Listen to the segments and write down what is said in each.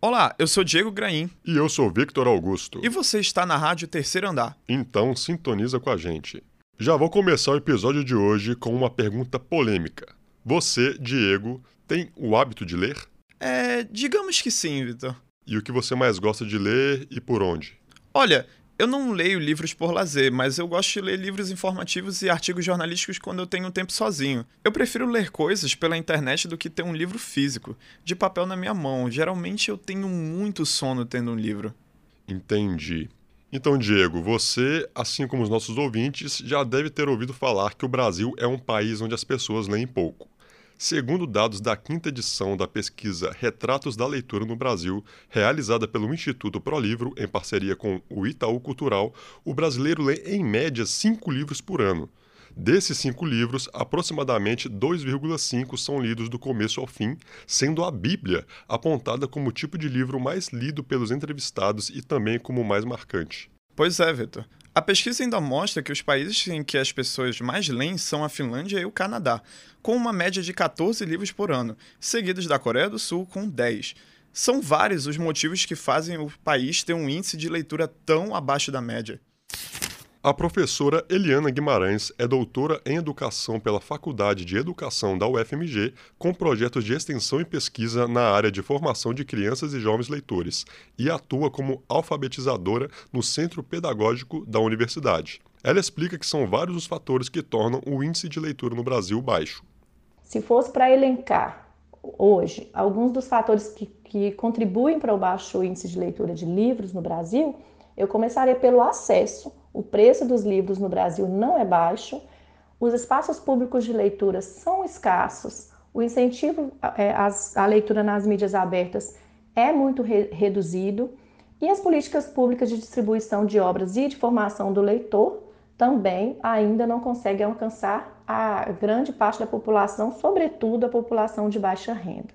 Olá, eu sou Diego Graim. E eu sou Victor Augusto. E você está na Rádio Terceiro Andar. Então sintoniza com a gente. Já vou começar o episódio de hoje com uma pergunta polêmica. Você, Diego, tem o hábito de ler? Digamos que sim, Vitor. E o que você mais gosta de ler e por onde? Olha, eu não leio livros por lazer, mas eu gosto de ler livros informativos e artigos jornalísticos quando eu tenho tempo sozinho. Eu prefiro ler coisas pela internet do que ter um livro físico, de papel na minha mão. Geralmente eu tenho muito sono tendo um livro. Entendi. Então, Diego, você, assim como os nossos ouvintes, já deve ter ouvido falar que o Brasil é um país onde as pessoas leem pouco. Segundo dados da 5ª edição da pesquisa Retratos da Leitura no Brasil, realizada pelo Instituto ProLivro, em parceria com o Itaú Cultural, o brasileiro lê em média 5 livros por ano. Desses 5 livros, aproximadamente 2,5 são lidos do começo ao fim, sendo a Bíblia apontada como o tipo de livro mais lido pelos entrevistados e também como o mais marcante. Pois é, Vitor. A pesquisa ainda mostra que os países em que as pessoas mais leem são a Finlândia e o Canadá, com uma média de 14 livros por ano, seguidos da Coreia do Sul com 10. São vários os motivos que fazem o país ter um índice de leitura tão abaixo da média. A professora Eliana Guimarães é doutora em Educação pela Faculdade de Educação da UFMG, com projetos de extensão e pesquisa na área de formação de crianças e jovens leitores, e atua como alfabetizadora no Centro Pedagógico da Universidade. Ela explica que são vários os fatores que tornam o índice de leitura no Brasil baixo. Se fosse para elencar hoje alguns dos fatores que contribuem para o baixo índice de leitura de livros no Brasil, eu começaria pelo acesso. O preço dos livros no Brasil não é baixo, os espaços públicos de leitura são escassos, o incentivo à leitura nas mídias abertas é muito reduzido e as políticas públicas de distribuição de obras e de formação do leitor também ainda não conseguem alcançar a grande parte da população, sobretudo a população de baixa renda.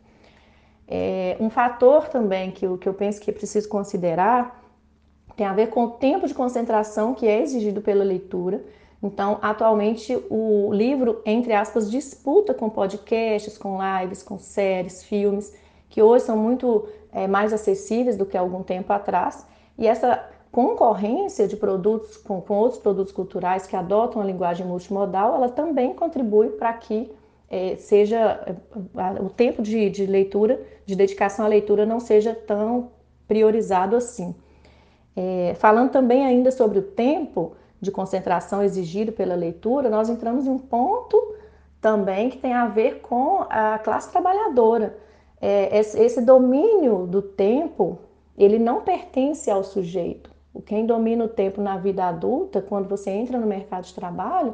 Um fator também que eu penso que é preciso considerar tem a ver com o tempo de concentração que é exigido pela leitura. Então, atualmente, o livro, entre aspas, disputa com podcasts, com lives, com séries, filmes, que hoje são muito mais acessíveis do que há algum tempo atrás. E essa concorrência de produtos com outros produtos culturais que adotam a linguagem multimodal, ela também contribui para que o tempo de leitura, de dedicação à leitura, não seja tão priorizado assim. Falando também ainda sobre o tempo de concentração exigido pela leitura, nós entramos em um ponto também que tem a ver com a classe trabalhadora. Esse domínio do tempo, ele não pertence ao sujeito. Quem domina o tempo na vida adulta, quando você entra no mercado de trabalho,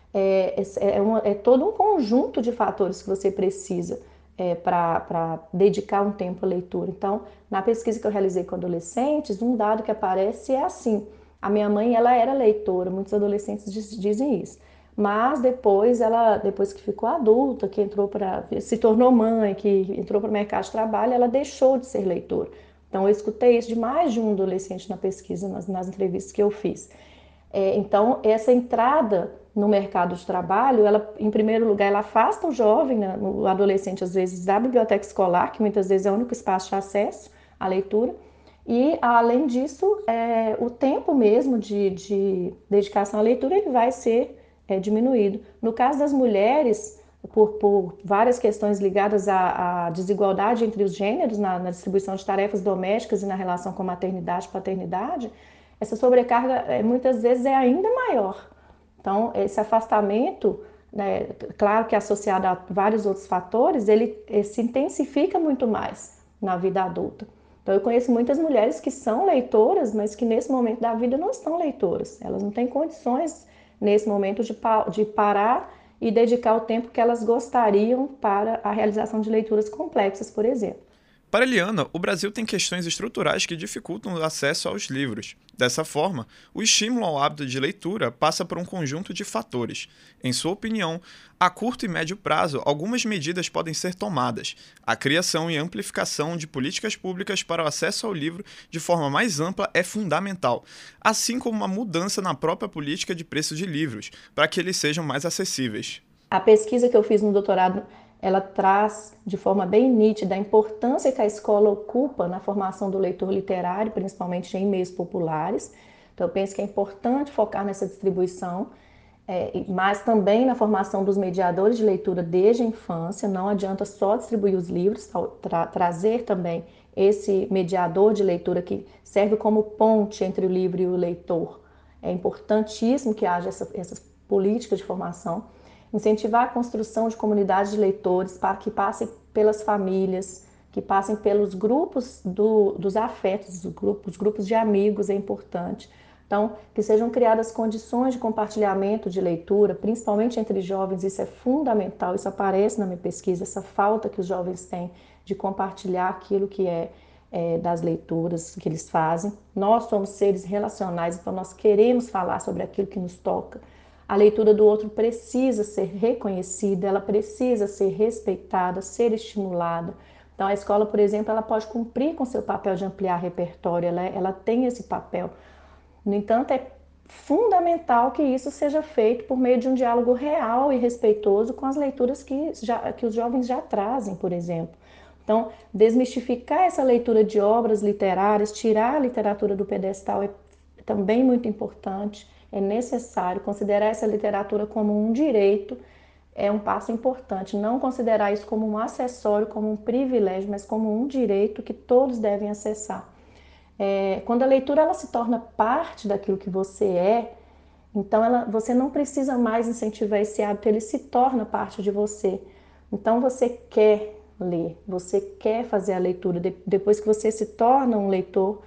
é todo um conjunto de fatores que você precisa para dedicar um tempo à leitura. Então, na pesquisa que eu realizei com adolescentes, um dado que aparece é assim: a minha mãe, ela era leitora, muitos adolescentes dizem isso, mas depois que ficou adulta, se tornou mãe, que entrou para o mercado de trabalho, ela deixou de ser leitora. Então, eu escutei isso de mais de um adolescente na pesquisa, nas entrevistas que eu fiz. Então, essa entrada no mercado de trabalho, ela, em primeiro lugar, ela afasta o jovem, né, o adolescente, às vezes, da biblioteca escolar, que muitas vezes é o único espaço de acesso à leitura, e, além disso, o tempo mesmo de dedicação à leitura ele vai ser diminuído. No caso das mulheres, por várias questões ligadas à desigualdade entre os gêneros na distribuição de tarefas domésticas e na relação com maternidade e paternidade, essa sobrecarga muitas vezes é ainda maior. Então, esse afastamento, né, claro que associado a vários outros fatores, ele se intensifica muito mais na vida adulta. Então, eu conheço muitas mulheres que são leitoras, mas que nesse momento da vida não estão leitoras. Elas não têm condições, nesse momento, de parar e dedicar o tempo que elas gostariam para a realização de leituras complexas, por exemplo. Para Eliana, o Brasil tem questões estruturais que dificultam o acesso aos livros. Dessa forma, o estímulo ao hábito de leitura passa por um conjunto de fatores. Em sua opinião, a curto e médio prazo, algumas medidas podem ser tomadas. A criação e amplificação de políticas públicas para o acesso ao livro de forma mais ampla é fundamental, assim como uma mudança na própria política de preço de livros, para que eles sejam mais acessíveis. A pesquisa que eu fiz no doutorado ela traz de forma bem nítida a importância que a escola ocupa na formação do leitor literário, principalmente em meios populares. Então, eu penso que é importante focar nessa distribuição, mas também na formação dos mediadores de leitura desde a infância. Não adianta só distribuir os livros, trazer também esse mediador de leitura que serve como ponte entre o livro e o leitor. É importantíssimo que haja essas políticas de formação. Incentivar a construção de comunidades de leitores para que passem pelas famílias, que passem pelos grupos dos afetos, os grupos de amigos é importante. Então, que sejam criadas condições de compartilhamento de leitura, principalmente entre jovens, isso é fundamental, isso aparece na minha pesquisa, essa falta que os jovens têm de compartilhar aquilo que das leituras que eles fazem. Nós somos seres relacionais, então nós queremos falar sobre aquilo que nos toca. A leitura do outro precisa ser reconhecida, ela precisa ser respeitada, ser estimulada. Então, a escola, por exemplo, ela pode cumprir com seu papel de ampliar repertório, ela tem esse papel. No entanto, é fundamental que isso seja feito por meio de um diálogo real e respeitoso com as leituras que os jovens já trazem, por exemplo. Então, desmistificar essa leitura de obras literárias, tirar a literatura do pedestal é também muito importante, é necessário considerar essa literatura como um direito, é um passo importante, não considerar isso como um acessório, como um privilégio, mas como um direito que todos devem acessar. Quando a leitura ela se torna parte daquilo que você então você não precisa mais incentivar esse hábito, ele se torna parte de você. Então você quer ler, você quer fazer a leitura. Depois que você se torna um leitor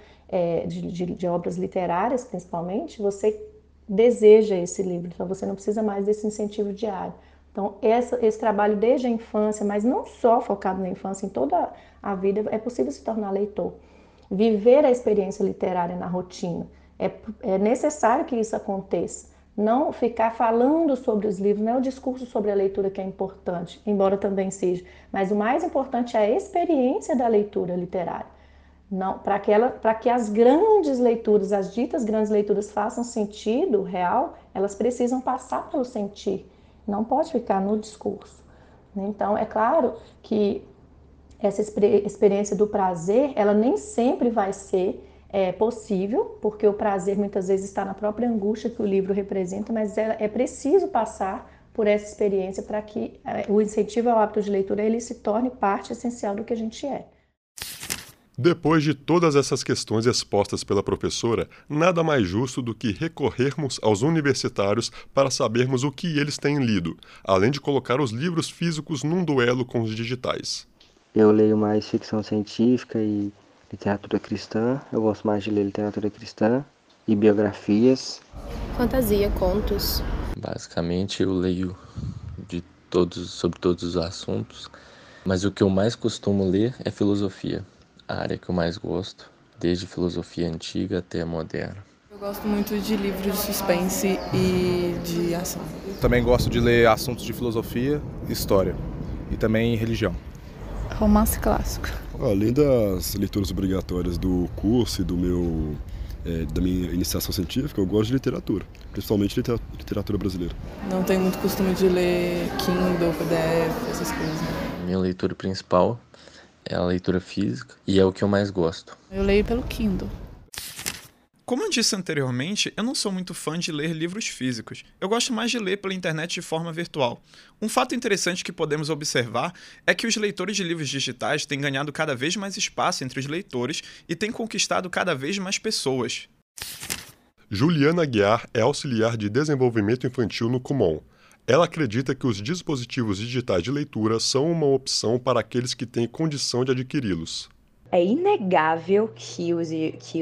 de obras literárias, principalmente, você deseja esse livro, então você não precisa mais desse incentivo diário. Então esse trabalho desde a infância, mas não só focado na infância, em toda a vida, é possível se tornar leitor. Viver a experiência literária na rotina. É necessário que isso aconteça. Não ficar falando sobre os livros, não é o discurso sobre a leitura que é importante, embora também seja, mas o mais importante é a experiência da leitura literária. Para que as grandes leituras, as ditas grandes leituras façam sentido real, elas precisam passar pelo sentir, não pode ficar no discurso. Então, é claro que essa experiência do prazer, ela nem sempre vai ser possível, porque o prazer muitas vezes está na própria angústia que o livro representa, mas é preciso passar por essa experiência para que o incentivo ao hábito de leitura ele se torne parte essencial do que a gente é. Depois de todas essas questões expostas pela professora, nada mais justo do que recorrermos aos universitários para sabermos o que eles têm lido, além de colocar os livros físicos num duelo com os digitais. Eu leio mais ficção científica e literatura cristã. Eu gosto mais de ler literatura cristã e biografias. Fantasia, contos. Basicamente eu leio sobre todos os assuntos, mas o que eu mais costumo ler é filosofia, a área que eu mais gosto, desde filosofia antiga até a moderna. Eu gosto muito de livros de suspense e de ação. Também gosto de ler assuntos de filosofia, história e também religião. Romance clássico. Além das leituras obrigatórias do curso e da minha iniciação científica, eu gosto de literatura, principalmente literatura brasileira. Não tenho muito costume de ler Kindle, PDF, essas coisas. Minha leitura principal é a leitura física e é o que eu mais gosto. Eu leio pelo Kindle. Como eu disse anteriormente, eu não sou muito fã de ler livros físicos. Eu gosto mais de ler pela internet de forma virtual. Um fato interessante que podemos observar é que os leitores de livros digitais têm ganhado cada vez mais espaço entre os leitores e têm conquistado cada vez mais pessoas. Juliana Aguiar é auxiliar de desenvolvimento infantil no Kumon. Ela acredita que os dispositivos digitais de leitura são uma opção para aqueles que têm condição de adquiri-los. É inegável que os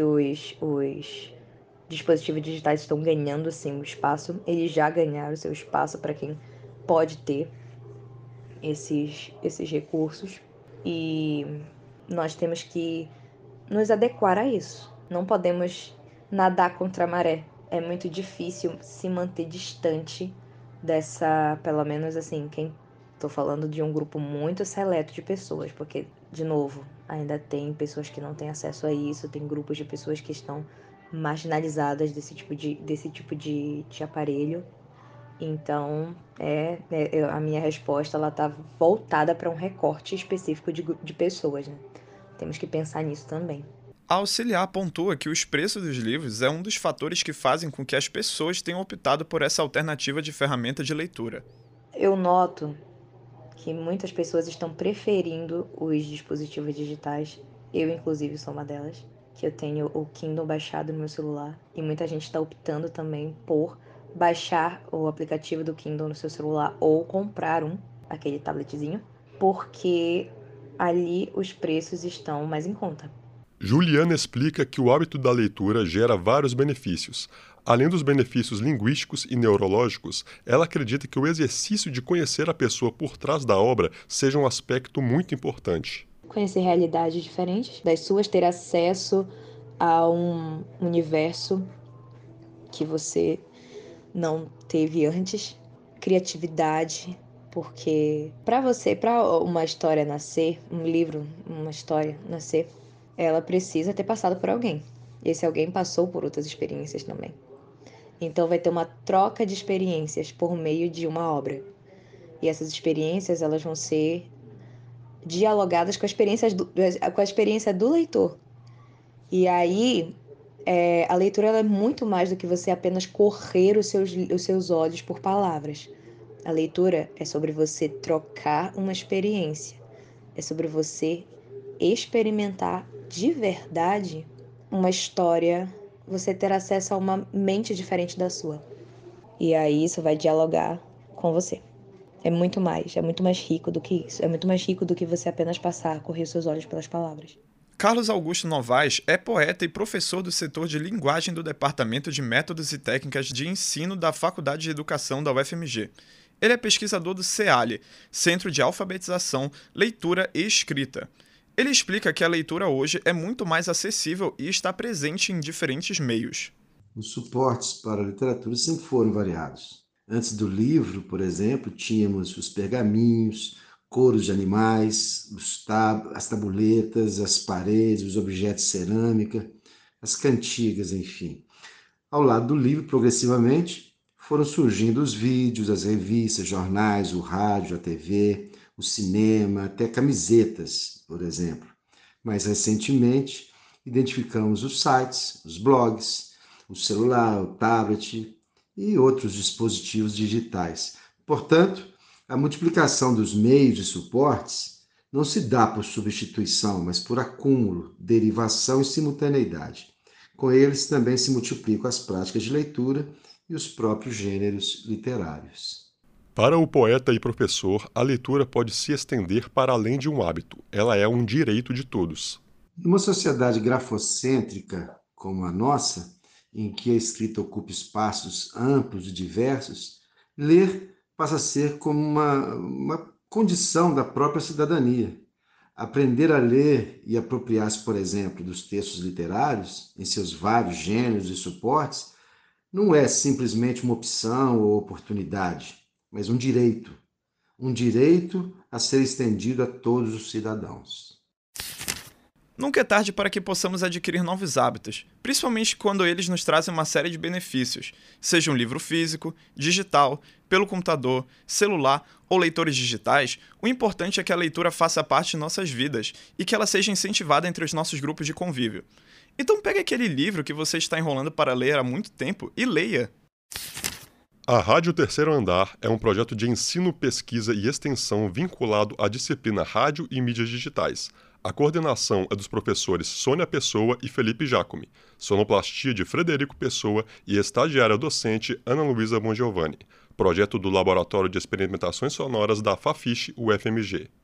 dispositivos digitais estão ganhando sim o espaço. Eles já ganharam seu espaço para quem pode ter esses recursos. E nós temos que nos adequar a isso. Não podemos nadar contra a maré. É muito difícil se manter distante dessa, pelo menos assim, estou falando de um grupo muito seleto de pessoas, porque, de novo, ainda tem pessoas que não têm acesso a isso, tem grupos de pessoas que estão marginalizadas desse tipo de aparelho. Então, a minha resposta ela está voltada para um recorte específico de pessoas, né? Temos que pensar nisso também. A Auxiliar pontua que os preços dos livros é um dos fatores que fazem com que as pessoas tenham optado por essa alternativa de ferramenta de leitura. Eu noto que muitas pessoas estão preferindo os dispositivos digitais. Eu, inclusive, sou uma delas, que eu tenho o Kindle baixado no meu celular. E muita gente está optando também por baixar o aplicativo do Kindle no seu celular ou comprar aquele tabletzinho, porque ali os preços estão mais em conta. Juliana explica que o hábito da leitura gera vários benefícios. Além dos benefícios linguísticos e neurológicos, ela acredita que o exercício de conhecer a pessoa por trás da obra seja um aspecto muito importante. Conhecer realidades diferentes das suas, ter acesso a um universo que você não teve antes, criatividade, porque para uma história nascer, um livro, uma história nascer, ela precisa ter passado por alguém. Esse alguém passou por outras experiências também. Então vai ter uma troca de experiências por meio de uma obra. E essas experiências elas vão ser dialogadas com a experiência do leitor. E aí a leitura ela é muito mais do que você apenas correr os seus olhos por palavras. A leitura é sobre você trocar uma experiência. É sobre você experimentar de verdade uma história, você ter acesso a uma mente diferente da sua. E aí isso vai dialogar com você. É muito mais rico do que isso. É muito mais rico do que você apenas correr os seus olhos pelas palavras. Carlos Augusto Novaes é poeta e professor do setor de linguagem do Departamento de Métodos e Técnicas de Ensino da Faculdade de Educação da UFMG. Ele é pesquisador do CEALI, Centro de Alfabetização, Leitura e Escrita. Ele explica que a leitura hoje é muito mais acessível e está presente em diferentes meios. Os suportes para a literatura sempre foram variados. Antes do livro, por exemplo, tínhamos os pergaminhos, coros de animais, as tabuletas, as paredes, os objetos de cerâmica, as cantigas, enfim. Ao lado do livro, progressivamente, foram surgindo os vídeos, as revistas, jornais, o rádio, a TV, o cinema, até camisetas, por exemplo. Mais recentemente, identificamos os sites, os blogs, o celular, o tablet e outros dispositivos digitais. Portanto, a multiplicação dos meios e suportes não se dá por substituição, mas por acúmulo, derivação e simultaneidade. Com eles também se multiplicam as práticas de leitura e os próprios gêneros literários. Para o poeta e professor, a leitura pode se estender para além de um hábito. Ela é um direito de todos. Numa sociedade grafocêntrica como a nossa, em que a escrita ocupa espaços amplos e diversos, ler passa a ser como uma condição da própria cidadania. Aprender a ler e apropriar-se, por exemplo, dos textos literários, em seus vários gêneros e suportes, não é simplesmente uma opção ou oportunidade, mas um direito a ser estendido a todos os cidadãos. Nunca é tarde para que possamos adquirir novos hábitos, principalmente quando eles nos trazem uma série de benefícios, seja um livro físico, digital, pelo computador, celular ou leitores digitais. O importante é que a leitura faça parte de nossas vidas e que ela seja incentivada entre os nossos grupos de convívio. Então pegue aquele livro que você está enrolando para ler há muito tempo e leia. A Rádio Terceiro Andar é um projeto de ensino, pesquisa e extensão vinculado à disciplina Rádio e Mídias Digitais. A coordenação é dos professores Sônia Pessoa e Felipe Jacome, sonoplastia de Frederico Pessoa e estagiária docente Ana Luísa Bongiovanni, projeto do Laboratório de Experimentações Sonoras da Fafiche UFMG.